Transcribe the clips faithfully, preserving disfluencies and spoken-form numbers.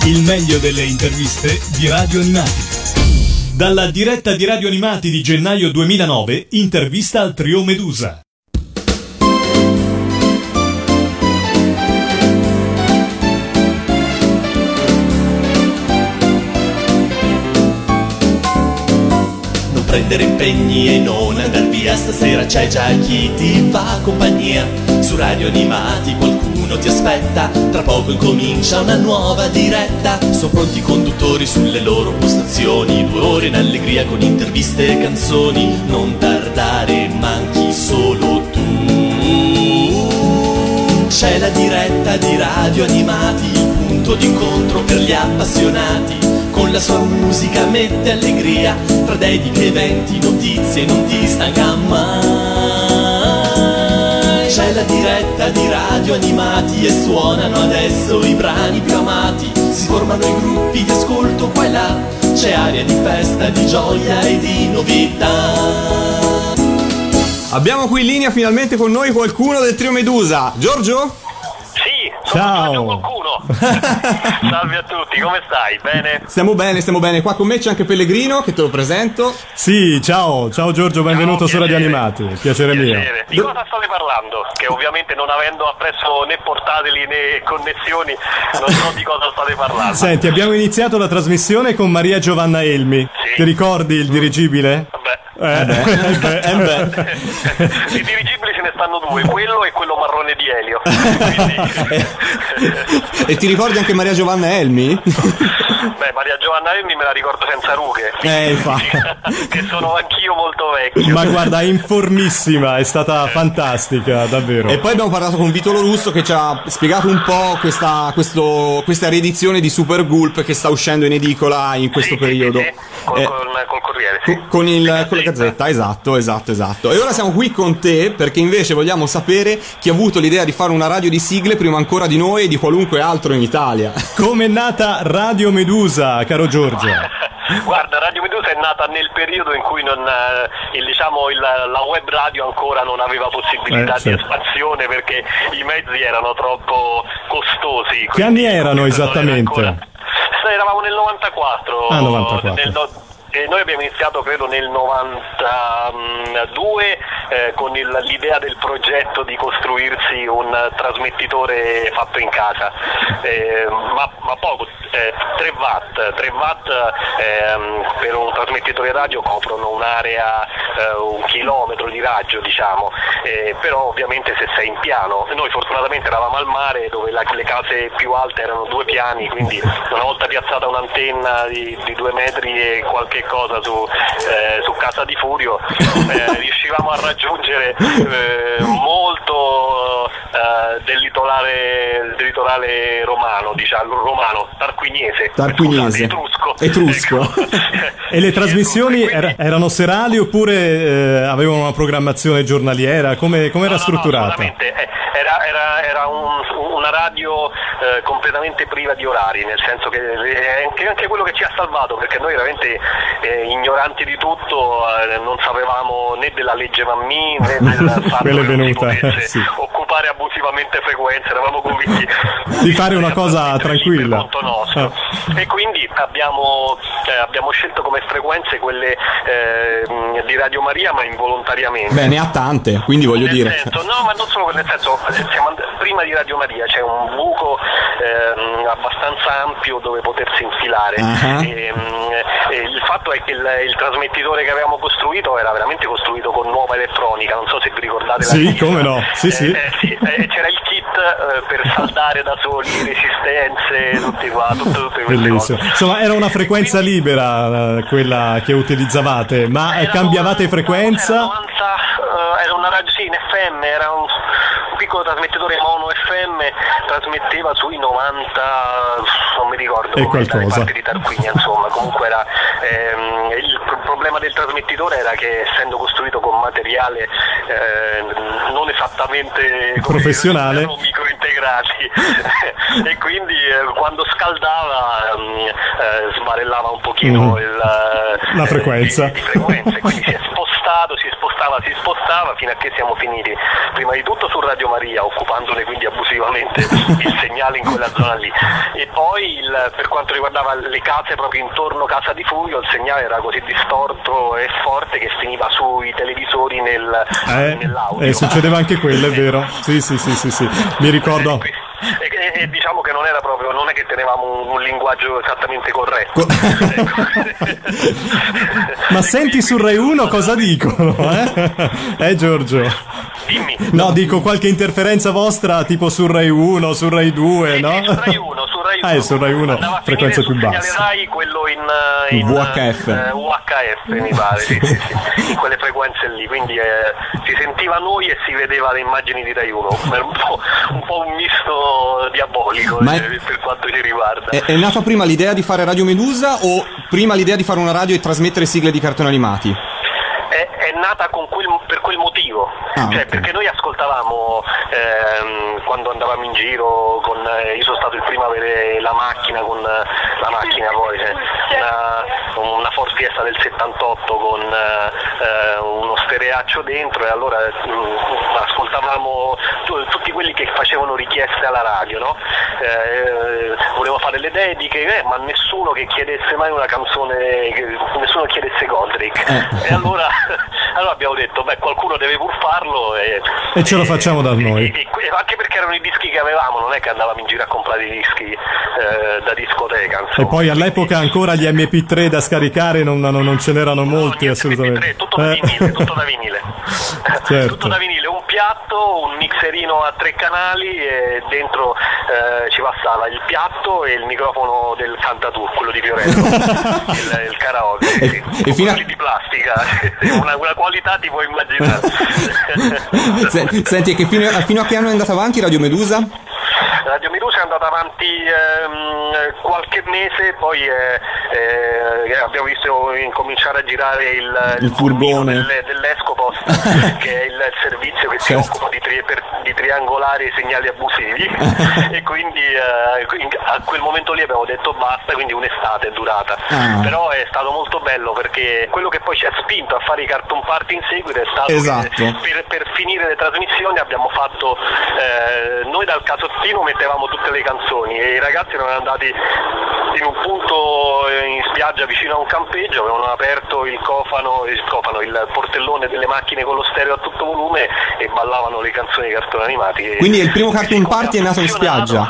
Il meglio delle interviste di Radio Animati. Dalla diretta di Radio Animati di gennaio duemilanove, intervista al trio Medusa. Non prendere impegni e non andar via, stasera c'è già chi ti fa compagnia. Su Radio Animati qualcuno ti aspetta, tra poco incomincia una nuova diretta. Sono pronti i conduttori sulle loro postazioni, due ore in allegria con interviste e canzoni. Non tardare, manchi solo tu. C'è la diretta di Radio Animati, il punto d'incontro per gli appassionati. Con la sua musica mette allegria, tra dediche, eventi, notizie, non ti stanca mai. C'è la diretta di Radio Animati e suonano adesso i brani più amati. Si formano i gruppi di ascolto qua e là, c'è aria di festa, di gioia e di novità. Abbiamo qui in linea finalmente con noi qualcuno del trio Medusa. Giorgio? Sì, sono Ciao. qualcuno. Salve a tutti, come stai? Bene? Stiamo bene, stiamo bene. Qua con me c'è anche Pellegrino, che te lo presento. Sì, ciao, ciao Giorgio, benvenuto Ciao, su Radio piacere. Animati, piacere, Piacere. Di mio. cosa state parlando? Che ovviamente non avendo appresso né portatili né connessioni, non so di cosa state parlando. Senti, abbiamo iniziato la trasmissione con Maria Giovanna Elmi. Sì. Ti ricordi il dirigibile? Vabbè. Eh, beh, eh, beh, eh, beh. Di dirigibili ce ne stanno due, quello e quello marrone di Elio. Quindi... E ti ricordi anche Maria Giovanna Elmi? Beh, Maria Giovanna Elmi me la ricordo senza rughe. Eh, infatti. Che sono anch'io molto vecchio. Ma guarda, informissima, è stata fantastica, davvero. E poi abbiamo parlato con Vitolo Russo, che ci ha spiegato un po' questa, questo, questa riedizione di Super Gulp che sta uscendo in edicola in questo Sì, periodo. sì, sì. Col, Eh, col, col Corriere, sì. Con, con il, con la gazzetta, esatto, esatto, esatto. E ora siamo qui con te perché invece vogliamo sapere chi ha avuto l'idea di fare una radio di sigle prima ancora di noi e di qualunque altro in Italia. Come è nata Radio Medusa, caro Giorgio? Guarda, Radio Medusa è nata nel periodo in cui non, eh, il, diciamo, il, la web radio ancora non aveva possibilità Eh, sì. di espansione perché i mezzi erano troppo costosi. Che anni erano non era esattamente? ancora- Sì, eravamo nel novantaquattro. Ah, novantaquattro. Nel no- e noi abbiamo iniziato credo nel novantadue eh, con il, l'idea del progetto di costruirsi un trasmettitore fatto in casa, eh, ma, ma poco, eh, tre watt, tre watt ehm, per un trasmettitore radio coprono un'area, eh, un chilometro di raggio diciamo, eh, però ovviamente se sei in piano, noi fortunatamente eravamo al mare dove la, le case più alte erano due piani, quindi una volta piazzata un'antenna di, di due metri e qualche cosa su, eh, su Casa di Furio, eh, riuscivamo a raggiungere eh, molto eh, del litorale del litorale romano, diciamo romano, tarquiniese, Tarquiniese. scusate, etrusco. Etrusco. Ecco. E le trasmissioni Quindi- era- erano serali oppure eh, avevano una programmazione giornaliera? Come era No, no, no, strutturata? assolutamente. Eh, era, era, era un- una radio eh, completamente priva di orari, nel senso che è anche, anche quello che ci ha salvato, perché noi veramente eh, ignoranti di tutto, eh, non sapevamo né della legge Mammì né del fatto Quella è che non si venuta, potesse sì. occupare abusivamente frequenze, eravamo convinti Di fare una cosa assolutamente tranquilla. per conto nostro. E quindi abbiamo, eh, abbiamo scelto come frequenze quelle eh, di Radio Maria, ma involontariamente. Beh, ne ha tante, quindi voglio Nel dire. senso, no, ma non solo nel senso, siamo and- prima di Radio Maria c'è un buco ehm, abbastanza ampio dove potersi infilare. Ah. E, mm, e il fatto è che il, il trasmettitore che avevamo costruito era veramente costruito con nuova elettronica, non so se vi ricordate la Sì, cifra. come no, sì, Eh, sì. eh, sì, eh, c'era il kit eh, per saldare da soli resistenze, tutti qua, tutte, tutte queste Bellissimo. cose. Insomma, era una frequenza libera eh, quella che utilizzavate, ma eh, Era cambiavate una- frequenza? Era, novanta, eh, era una radio, sì, in F M, era un, un piccolo trasmettitore mono F M, trasmetteva sui novanta, non mi ricordo, E come dalle qualcosa. parti di Tarquinia, insomma, comunque era, ehm, il pro- problema del trasmettitore era che essendo costruito con materiale eh, non esattamente come Professionale. dire, non microintegrati e quindi eh, quando scaldava ehm, eh, sbarellava un pochino Mm. il, La eh, frequenza. di, di frequenze, quindi si è spostato spostato, si spostava, si spostava fino a che siamo finiti prima di tutto su Radio Maria, occupandone quindi abusivamente il segnale in quella zona lì, e poi il, per quanto riguardava le case proprio intorno Casa di Furio, il segnale era così distorto e forte che finiva sui televisori nel, eh, nell'audio. Eh, succedeva anche quello, è vero. Sì, sì, sì, sì, sì. Mi ricordo. E, e, e diciamo che non era proprio, non è che tenevamo un, un linguaggio esattamente corretto. Ma senti su Rai uno cosa dicono, eh? Eh Giorgio? Dimmi. No, dico qualche interferenza vostra tipo su Rai uno, su Rai due, sì, no? Sì, su Rai uno, su Rai uno. Ah, è su Rai uno, frequenza più bassa. Rai, quello in, in V H F. Uh, U H F mi pare, sì, sì, sì, in quelle frequenze lì, quindi eh, si sentiva noi e si vedeva le immagini di Rai uno, un po', un, po' un misto diabolico Ma eh, è, per quanto ci riguarda. È, è nata prima l'idea di fare Radio Medusa o prima l'idea di fare una radio e trasmettere sigle di cartoni animati? È, è nata con quel, per quel motivo, ah, cioè okay. perché noi ascoltavamo ehm, quando andavamo in giro con, eh, io sono stato il primo a avere la macchina con la macchina poi cioè, una, una Ford Fiesta del settantotto con eh, uno stereaccio dentro, e allora mh, ascoltavamo t- tutti quelli che facevano richieste alla radio, no? Eh, volevo fare le dediche, eh, ma nessuno che chiedesse mai una canzone, che, nessuno chiedesse Godric, eh. e allora allora abbiamo detto beh, qualcuno deve pur farlo e, e ce e, lo facciamo da noi, e, e, anche perché erano i dischi che avevamo, non è che andavamo in giro a comprare i dischi eh, da discoteca, insomma. E poi all'epoca ancora gli emme pi tre da scaricare non, non, non ce n'erano molti, no, assolutamente emme pi tre, tutto da vinile, tutto da vinile. Certo. Tutto da vinile, un piatto, un mixerino a tre canali e dentro eh, ci passava il piatto e il microfono del Cantatù, quello di Fiorello, il, il karaoke, sì, e fino a... di plastica, una, una qualità ti puoi immaginare. Senti, che fino a, fino a che anno è andata avanti Radio Medusa? Radio Medusa è andata avanti ehm, qualche mese, poi eh, eh, abbiamo visto incominciare a girare il, il furbone del, dell'Escopost, che è il servizio che certo. si occupa di, tri- per, di triangolare i segnali abusivi, e quindi eh, a quel momento lì abbiamo detto basta, quindi un'estate è durata. Ah. Però è stato molto bello perché quello che poi ci ha spinto a fare i Cartoon Party in seguito è stato esatto. che per, per finire le trasmissioni abbiamo fatto eh, noi dal casottino mettevamo tutte le canzoni e i ragazzi erano andati in un punto in spiaggia vicino a un campeggio, avevano aperto il cofano, il cofano, il portellone delle macchine con lo stereo a tutto volume e ballavano le canzoni dei cartoni animati. Quindi il primo Cartoon Party è nato in spiaggia.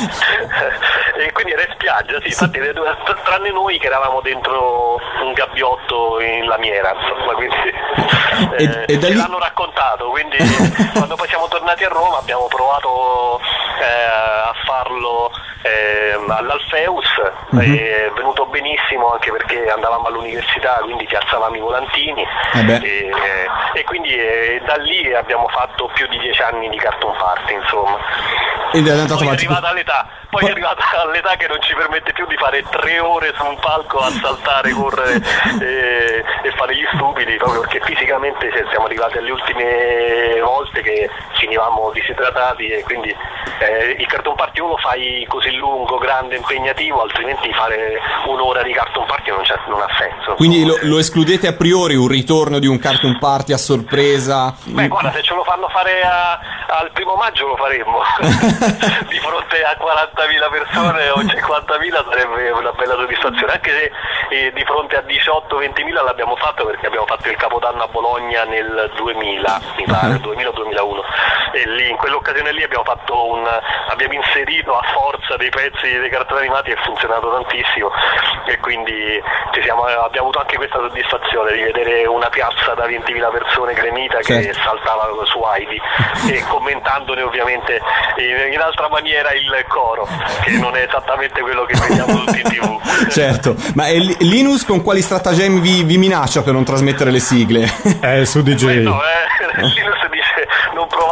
E quindi era in spiaggia, sì, infatti tranne noi che eravamo dentro un gabbiotto in lamiera, insomma, quindi eh, e, e da lì... ce l'hanno raccontato, quindi quando poi siamo tornati a Roma abbiamo provato eh, a farlo eh, all'Alfeus, mm-hmm. è venuto benissimo anche perché andavamo all'università, quindi piazzavamo i volantini eh e, e quindi eh, da lì abbiamo fatto più di dieci anni di Cartoon Party, insomma. Ed è andato poi avanti. È arrivata all'età, poi è arrivata all'età che non ci permette più di fare tre ore su un palco a saltare, correre e, e fare gli stupidi, proprio perché fisicamente siamo arrivati alle ultime volte che finivamo disidratati e quindi eh, il Cartoon Party o lo fai così lungo, grande, impegnativo, altrimenti fare un'ora di Cartoon Party non, c'è, non ha senso. Quindi lo, lo escludete a priori un ritorno di un Cartoon Party a sorpresa? Beh, guarda, se ce lo fanno fare a, al primo maggio lo faremmo. Di fronte a quarantamila persone o cinquantamila sarebbe una bella soddisfazione, anche se eh, di fronte a diciotto ventimila l'abbiamo fatto perché abbiamo fatto il Capodanno a Bologna nel duemila, mi pare, uh-huh. duemila o duemilauno, e lì in quell'occasione lì abbiamo fatto un abbiamo inserito a forza dei pezzi dei cartoni animati e è funzionato tantissimo e quindi ci siamo, abbiamo avuto anche questa soddisfazione di vedere una piazza da ventimila persone gremita che certo. saltava su Heidi e commentandone ovviamente in altra maniera il coro, che non è esattamente quello che vediamo tutti in tivù. Certo, ma è Linus con quali stratagemmi vi, vi minaccia per non trasmettere le sigle? Eh, su D J. Beh, no, eh, Linus dice non provate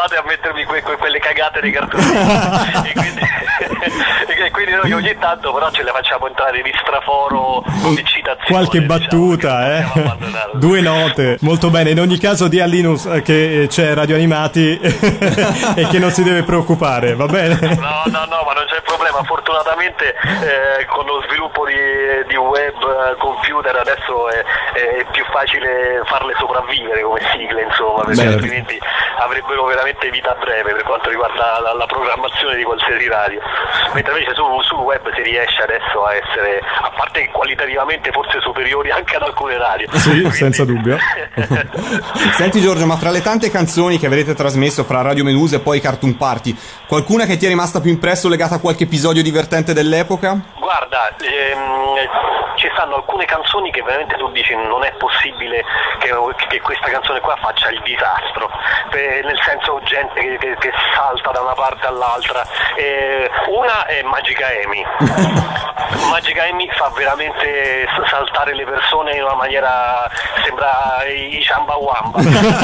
provate a mettermi que- que- quelle cagate dei cartoni e quindi, e quindi noi ogni tanto però ce le facciamo entrare di straforo di citazione, qualche battuta, diciamo, eh? Due note, molto bene. In ogni caso di a Linus che c'è Radio Animati e che non si deve preoccupare, va bene? No, no, no, ma non c'è problema. Fortunatamente eh, con lo sviluppo di, di web, computer adesso è, è più facile farle sopravvivere come sigle, insomma, perché Beh, altrimenti avrebbero veramente vita breve per quanto riguarda la, la programmazione di qualsiasi radio. Mentre invece su, sul web si riesce adesso a essere, a parte che qualitativamente forse superiori anche ad alcune radio. Sì, Quindi... senza dubbio. Senti Giorgio, ma fra le tante canzoni che avrete trasmesso fra Radio Medusa e poi Cartoon Party, qualcuna che ti è rimasta più impresso legata a qualche episodio divertente dell'epoca? Guarda, ehm, ci stanno alcune canzoni che veramente tu dici non è possibile che, che questa canzone qua faccia il disastro, eh, nel senso gente che, che, che salta da una parte all'altra. Eh, una è Magica Amy. Magica Amy fa veramente saltare le persone in una maniera, sembra i Ciamba Wamba.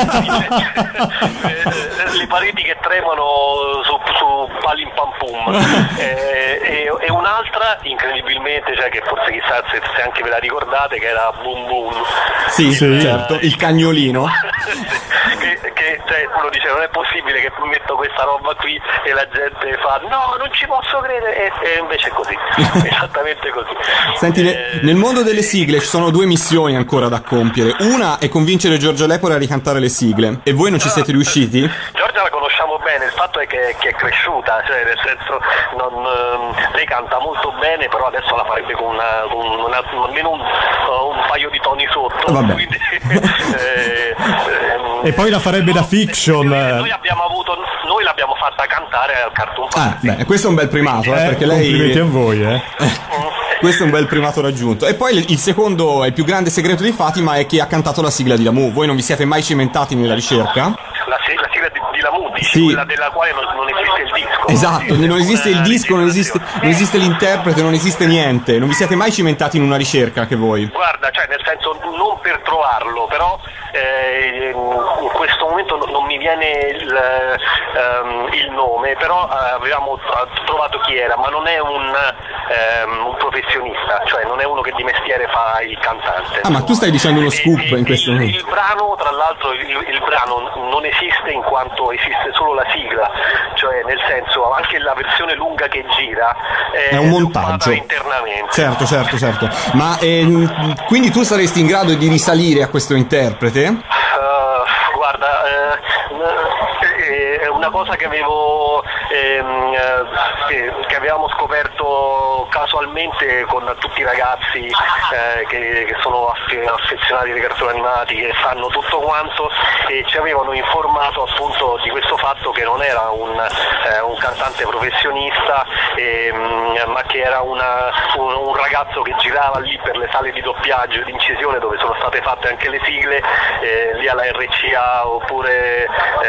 Le pareti che tremano su, su Palim Pam Pum. Eh, e, e un'altra incredibilmente, cioè che forse chissà se, se anche ve la ricordate, che era Boom Boom. Sì, il, sì, certo, il cagnolino. che, che cioè, uno dice non è possibile che metto questa roba qui e la gente fa no, non ci posso credere, e, e invece è così, esattamente così. Senti, ne- Eh, nel mondo delle sigle ci sono due missioni ancora da compiere. Una è convincere Giorgio Lepore a ricantare le sigle, e voi non ci siete riusciti? Giorgia la conosciamo bene, il fatto è che, che è cresciuta, cioè nel senso non, ehm, lei canta molto bene, però adesso la farebbe con, una, con una, almeno un, un paio di toni sotto. Vabbè. Quindi, eh, ehm, E poi la farebbe da fiction. Noi abbiamo avuto, noi l'abbiamo fatta cantare al Cartoon Ah, Party. beh, questo è un bel primato, eh, Eh, perché complimenti a lei... voi, eh. Questo è un bel primato raggiunto. E poi il secondo, il più grande segreto di Fatima è che ha cantato la sigla di Lamu. Voi non vi siete mai cimentati nella ricerca? La, sig- la sigla di, di Lamu, dici, Sì. quella della quale non, non esiste il disco. Esatto, non esiste il una disco, non esiste, non esiste l'interprete, non esiste niente. Non vi siete mai cimentati in una ricerca che voi? Guarda, cioè nel senso non per trovarlo, però eh, in questo momento non, non mi viene il, ehm, il nome, però eh, avevamo trovato chi era, ma non è un, ehm, un professionista, cioè non è uno che di mestiere fa il cantante. Ah, ma tu stai dicendo uno scoop E- e- in questo il, momento. il brano, tra l'altro, il, il brano non esiste in quanto esiste solo la sigla, cioè nel senso anche la versione lunga che gira È un montaggio. fatta internamente. Certo, certo, certo. Ma ehm, quindi tu saresti in grado di risalire a questo interprete? Uh, guarda, eh, è una cosa che avevo ehm, eh, che avevamo scoperto casualmente con tutti i ragazzi eh, che, che sono affe- affezionati ai cartoni animati, che sanno tutto quanto, e ci avevano informato appunto di questo fatto che non era un, eh, un cantante professionista, ehm, ma che era una, un, un ragazzo che girava lì per le sale di doppiaggio e di incisione dove sono state fatte anche le sigle, eh, lì alla R C A oppure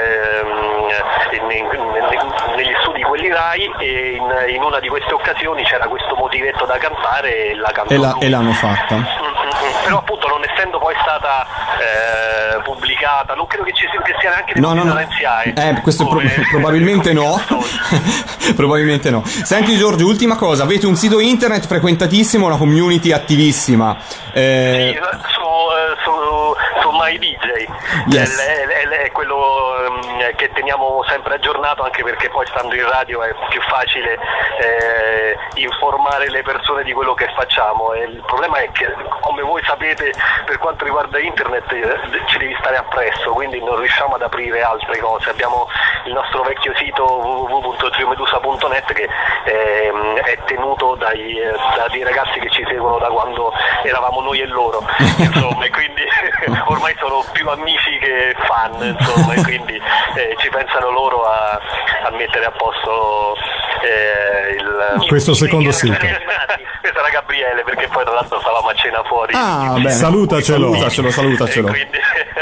ehm, in, in, in, negli studi quelli Rai, e in, in una di queste occasioni c'era questo motivetto da cantare e la cantò E, la- lui. e l'hanno fatta. Mm, mm, mm. Però appunto non essendo poi stata eh, pubblicata, non credo che ci sia, che sia neanche No, no, no. in S I A E. Eh, questo pro- come- probabilmente no. come- Probabilmente no. Senti Giorgio, ultima cosa, avete un sito internet frequentatissimo, una community attivissima. Eh, Sì, su, eh, su, su MyDJ. Yes. È, è- è- è quello ehm, che teniamo sempre aggiornato, anche perché poi stando in radio è più facile eh, informare le persone di quello che facciamo. E il problema è che, come voi sapete, per quanto riguarda internet eh, ci devi stare appresso, quindi non riusciamo ad aprire altre cose. Abbiamo il nostro vecchio sito w w w punto triomedusa punto net che ehm, è tenuto dai, eh, da dei ragazzi che ci seguono da quando eravamo noi e loro, insomma, e quindi ormai sono più amici che fan, insomma, e quindi eh, ci pensano loro a, a mettere a posto eh, il Questo secondo sito. Questo era Gabriele, perché poi tra l'altro stavamo a cena fuori. ah, bene. Salutacelo. Salutacelo, salutacelo. E quindi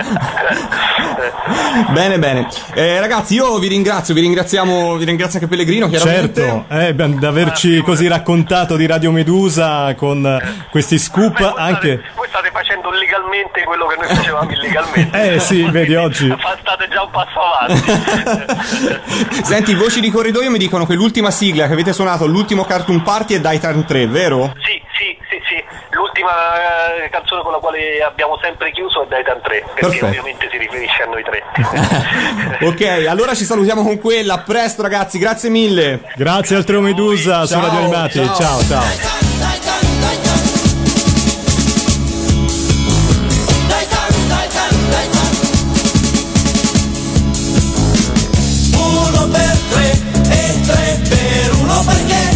Bene, bene. Eh, ragazzi, io vi ringrazio, vi ringraziamo, vi ringrazio anche Pellegrino, chiaramente. Certo, eh, beh, di averci così raccontato di Radio Medusa con questi scoop Beh, voi anche... state, voi state facendo facendo legalmente quello che noi facevamo illegalmente. Eh sì, vedi oggi. State già un passo avanti. Senti, voci di corridoio mi dicono che l'ultima sigla che avete suonato, l'ultimo Cartoon Party, è Daitan tre, vero? Sì, sì, sì, sì. L'ultima eh, canzone con la quale abbiamo sempre chiuso è Daitan tre, perché Perfetto. ovviamente si riferisce a noi tre. Ok, allora ci salutiamo con quella. A presto ragazzi, grazie mille. Grazie al Trio Medusa su Ciao, Radio Animati. ciao. Ciao, ciao. Uno per tre e tre per uno perché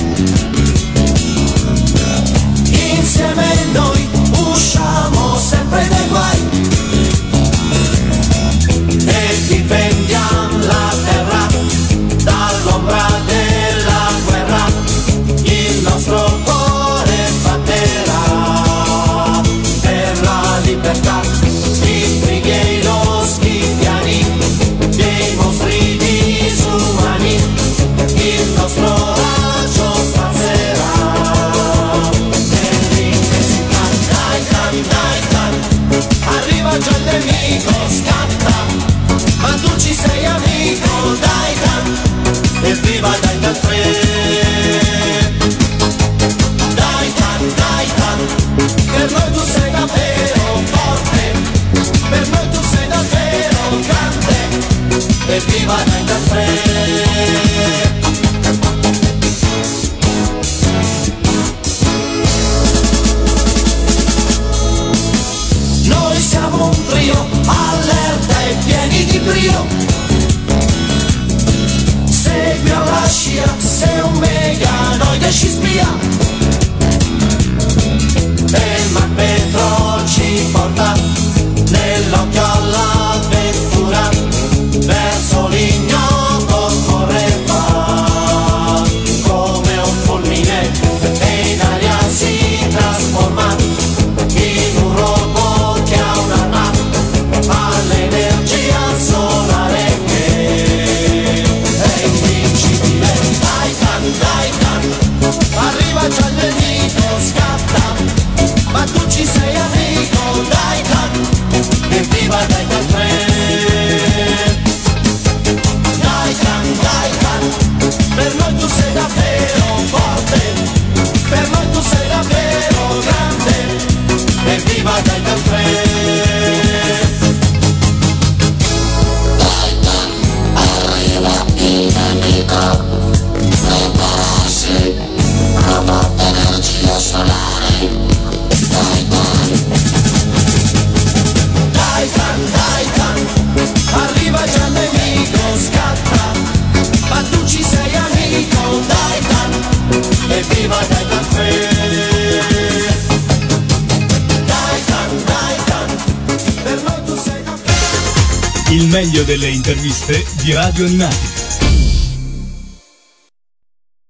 insieme noi usciamo sempre dai guai e difendiamo la terra dall'ombra della guerra. Il nostro cuore batterà per la libertà. I brighi e i loschiani dei mostri disumani, il nostro raggio spazzerà nell'intensità. Daitan, Daitan, arriva già il nemico, scatta, ma tu ci sei amico, Daitan, evviva Daitan tre. Daitan, Daitan, per noi tu sei davvero forte, per noi tu sei davvero grande, evviva Daitan tre. Noi siamo un trio allerta e pieni di brio. Segui alla scia, sei un meganoide ci spia. E il Magneto ci porta nell'occhio all'avventura, verso l'ignoto correva come un fulmine e in aria si trasforma in un robot che ha un'arma all'energia solare che è invincibile. Daitan, Daitan, arriva già il nemico, scatta, ma tu ci sei amico, Daitan, evviva Daitan tre. Daitan, Daitan, per noi tu sei davvero forte, per noi tu sei davvero grande, evviva Daitan tre. Daitan, Daitan, arriva già il nemico, scatta, ma tu ci sei amico, Daitan, evviva Daitan tre. Daitan, Daitan, per noi tu sei davvero. Il meglio delle interviste di Radio Animati.